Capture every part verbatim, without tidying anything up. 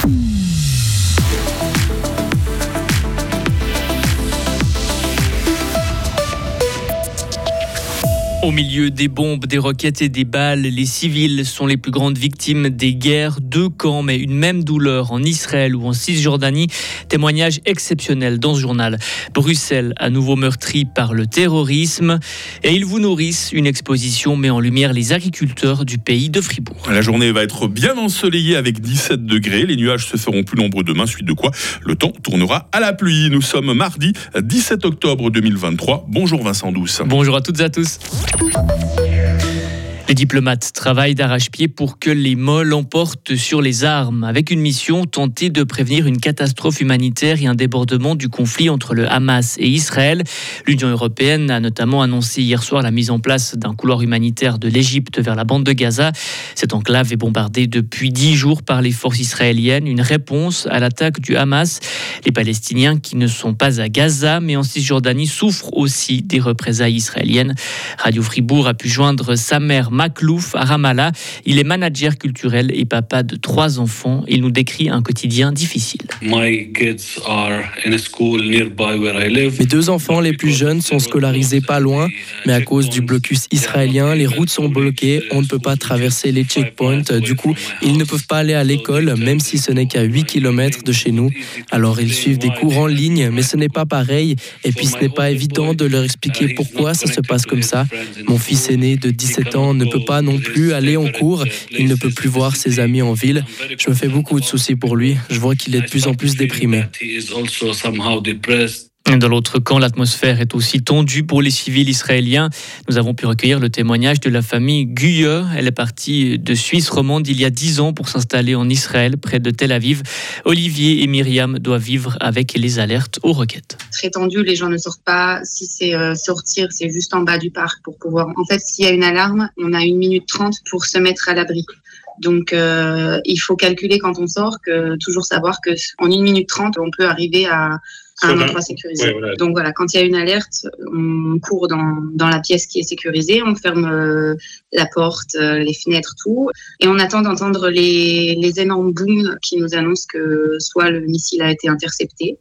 Au milieu des bombes, des roquettes et des balles, les civils sont les plus grandes victimes des guerres. Deux camps, mais une même douleur en Israël ou en Cisjordanie. Témoignage exceptionnel dans ce journal. Bruxelles, à nouveau meurtrie par le terrorisme. Et ils vous nourrissent. Une exposition met en lumière les agriculteurs du pays de Fribourg. La journée va être bien ensoleillée avec dix-sept degrés. Les nuages se feront plus nombreux demain, suite de quoi le temps tournera à la pluie. Nous sommes mardi dix-sept octobre deux mille vingt-trois. Bonjour Vincent Douce. Bonjour à toutes et à tous. Les diplomates travaillent d'arrache-pied pour que les molles l'emportent sur les armes, avec une mission tenter de prévenir une catastrophe humanitaire et un débordement du conflit entre le Hamas et Israël. L'Union européenne a notamment annoncé hier soir la mise en place d'un couloir humanitaire de l'Égypte vers la bande de Gaza. Cette enclave est bombardée depuis dix jours par les forces israéliennes, une réponse à l'attaque du Hamas. Les Palestiniens qui ne sont pas à Gaza mais en Cisjordanie souffrent aussi des représailles israéliennes. Radio Fribourg a pu joindre sa mère Maklouf à Ramallah. Il est manager culturel et papa de trois enfants. Il nous décrit un quotidien difficile. Mes deux enfants les plus jeunes sont scolarisés pas loin, mais à cause du blocus israélien, les routes sont bloquées, on ne peut pas traverser les checkpoints. Du coup, ils ne peuvent pas aller à l'école, même si ce n'est qu'à huit kilomètres de chez nous. Alors ils suivent des cours en ligne, mais ce n'est pas pareil. Et puis ce n'est pas évident de leur expliquer pourquoi ça se passe comme ça. Mon fils aîné de dix-sept ans ne peut pas non plus aller en cours. Il ne peut plus voir ses amis en ville. Je me fais beaucoup de soucis pour lui. Je vois qu'il est de plus en plus déprimé. Dans l'autre camp, l'atmosphère est aussi tendue pour les civils israéliens. Nous avons pu recueillir le témoignage de la famille Guye. Elle est partie de Suisse romande il y a dix ans pour s'installer en Israël, près de Tel Aviv. Olivier et Myriam doivent vivre avec les alertes aux roquettes. Très tendu, les gens ne sortent pas. Si c'est euh, sortir, c'est juste en bas du parc pour pouvoir... En fait, s'il y a une alarme, on a une minute trente pour se mettre à l'abri. Donc, euh, il faut calculer quand on sort, que toujours savoir qu'en une minute trente, on peut arriver à... à un endroit sécurisé. Ouais, voilà. Donc voilà, quand il y a une alerte, on court dans, dans la pièce qui est sécurisée, on ferme euh, la porte, euh, les fenêtres, tout, et on attend d'entendre les, les énormes booms qui nous annoncent que soit le missile a été intercepté,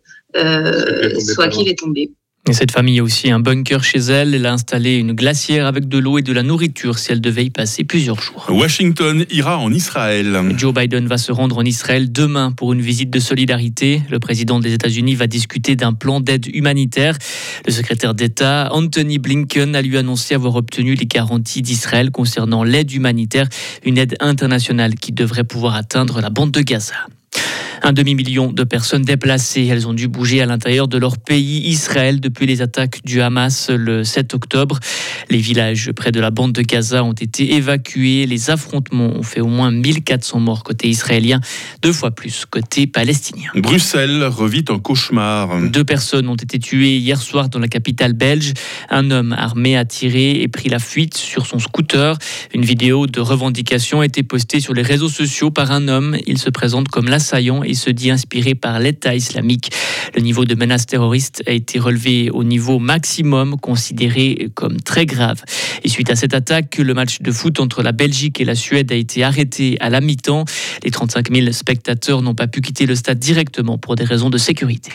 euh, soit qu'il est tombé. Et cette famille a aussi un bunker chez elle. Elle a installé une glacière avec de l'eau et de la nourriture si elle devait y passer plusieurs jours. Washington ira en Israël. Joe Biden va se rendre en Israël demain pour une visite de solidarité. Le président des États-Unis va discuter d'un plan d'aide humanitaire. Le secrétaire d'État, Anthony Blinken, a lui annoncé avoir obtenu les garanties d'Israël concernant l'aide humanitaire, une aide internationale qui devrait pouvoir atteindre la bande de Gaza. Un demi-million de personnes déplacées. Elles ont dû bouger à l'intérieur de leur pays, Israël, depuis les attaques du Hamas le sept octobre. Les villages près de la bande de Gaza ont été évacués. Les affrontements ont fait au moins mille quatre cents morts côté israélien, deux fois plus côté palestinien. Bruxelles revit un cauchemar. Deux personnes ont été tuées hier soir dans la capitale belge. Un homme armé a tiré et pris la fuite sur son scooter. Une vidéo de revendication a été postée sur les réseaux sociaux par un homme. Il se présente comme l'assaillant et se dit inspiré par l'État islamique. Le niveau de menace terroriste a été relevé au niveau maximum, considéré comme très grave. Et suite à cette attaque, le match de foot entre la Belgique et la Suède a été arrêté à la mi-temps. Les trente-cinq mille spectateurs n'ont pas pu quitter le stade directement pour des raisons de sécurité.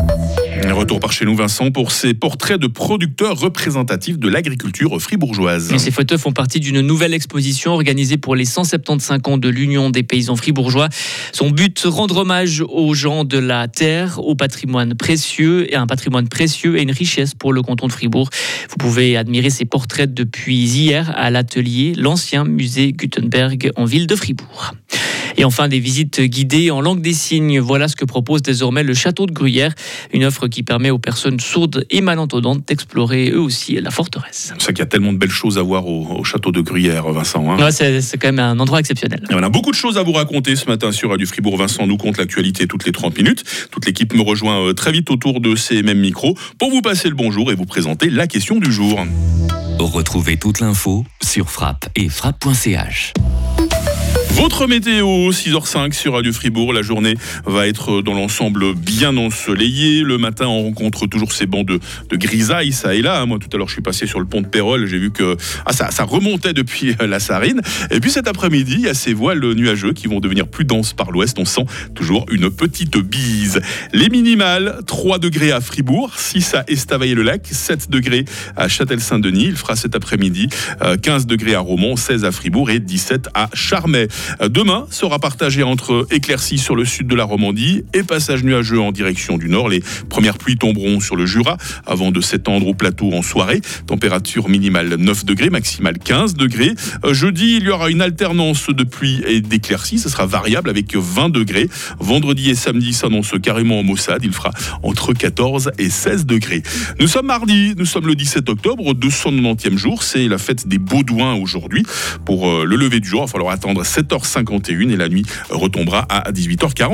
Retour par chez nous, Vincent, pour ces portraits de producteurs représentatifs de l'agriculture fribourgeoise. Et ces photos font partie d'une nouvelle exposition organisée pour les cent soixante-quinze ans de l'Union des paysans fribourgeois. Son but, rendre hommage aux gens de la terre, au patrimoine précieux, et un patrimoine précieux et une richesse pour le canton de Fribourg. Vous pouvez admirer ces portraits depuis hier à l'atelier, l'ancien musée Gutenberg en ville de Fribourg. Et enfin, des visites guidées en langue des signes. Voilà ce que propose désormais le château de Gruyère, une offre qui permet aux personnes sourdes et malentendantes d'explorer eux aussi la forteresse. C'est qu'il y a tellement de belles choses à voir au, au château de Gruyère, Vincent. Hein. Ouais, c'est, c'est quand même un endroit exceptionnel. Et on a beaucoup de choses à vous raconter ce matin sur Radio Fribourg. Vincent nous compte l'actualité toutes les trente minutes. Toute l'équipe me rejoint très vite autour de ces mêmes micros pour vous passer le bonjour et vous présenter la question du jour. Retrouvez toute l'info sur Frappe et frappe point c h. Votre météo, six heures cinq sur Radio Fribourg. La journée va être dans l'ensemble bien ensoleillée. Le matin, on rencontre toujours ces bancs de, de grisaille, ça et là. Moi, tout à l'heure, je suis passé sur le pont de Pérol. J'ai vu que ah, ça, ça remontait depuis la Sarine. Et puis cet après-midi, il y a ces voiles nuageux qui vont devenir plus denses par l'ouest. On sent toujours une petite bise. Les minimales, trois degrés à Fribourg, six à Estavayer-le-Lac, sept degrés à Châtel-Saint-Denis. Il fera cet après-midi quinze degrés à Romont, seize à Fribourg et dix-sept à Charmey. Demain sera partagé entre éclaircies sur le sud de la Romandie et passages nuageux en direction du nord. Les premières pluies tomberont sur le Jura avant de s'étendre au plateau en soirée. Température minimale neuf degrés, maximale quinze degrés. Jeudi, il y aura une alternance de pluie et d'éclaircies. Ce sera variable avec vingt degrés. Vendredi et samedi s'annonce carrément en maussade. Il fera entre quatorze et seize degrés. Nous sommes mardi, nous sommes le dix-sept octobre, deux cent quatre-vingtième jour. C'est la fête des Baudouins aujourd'hui. Pour le lever du jour, il va falloir attendre sept heures cinquante et une et la nuit retombera à dix-huit heures quarante.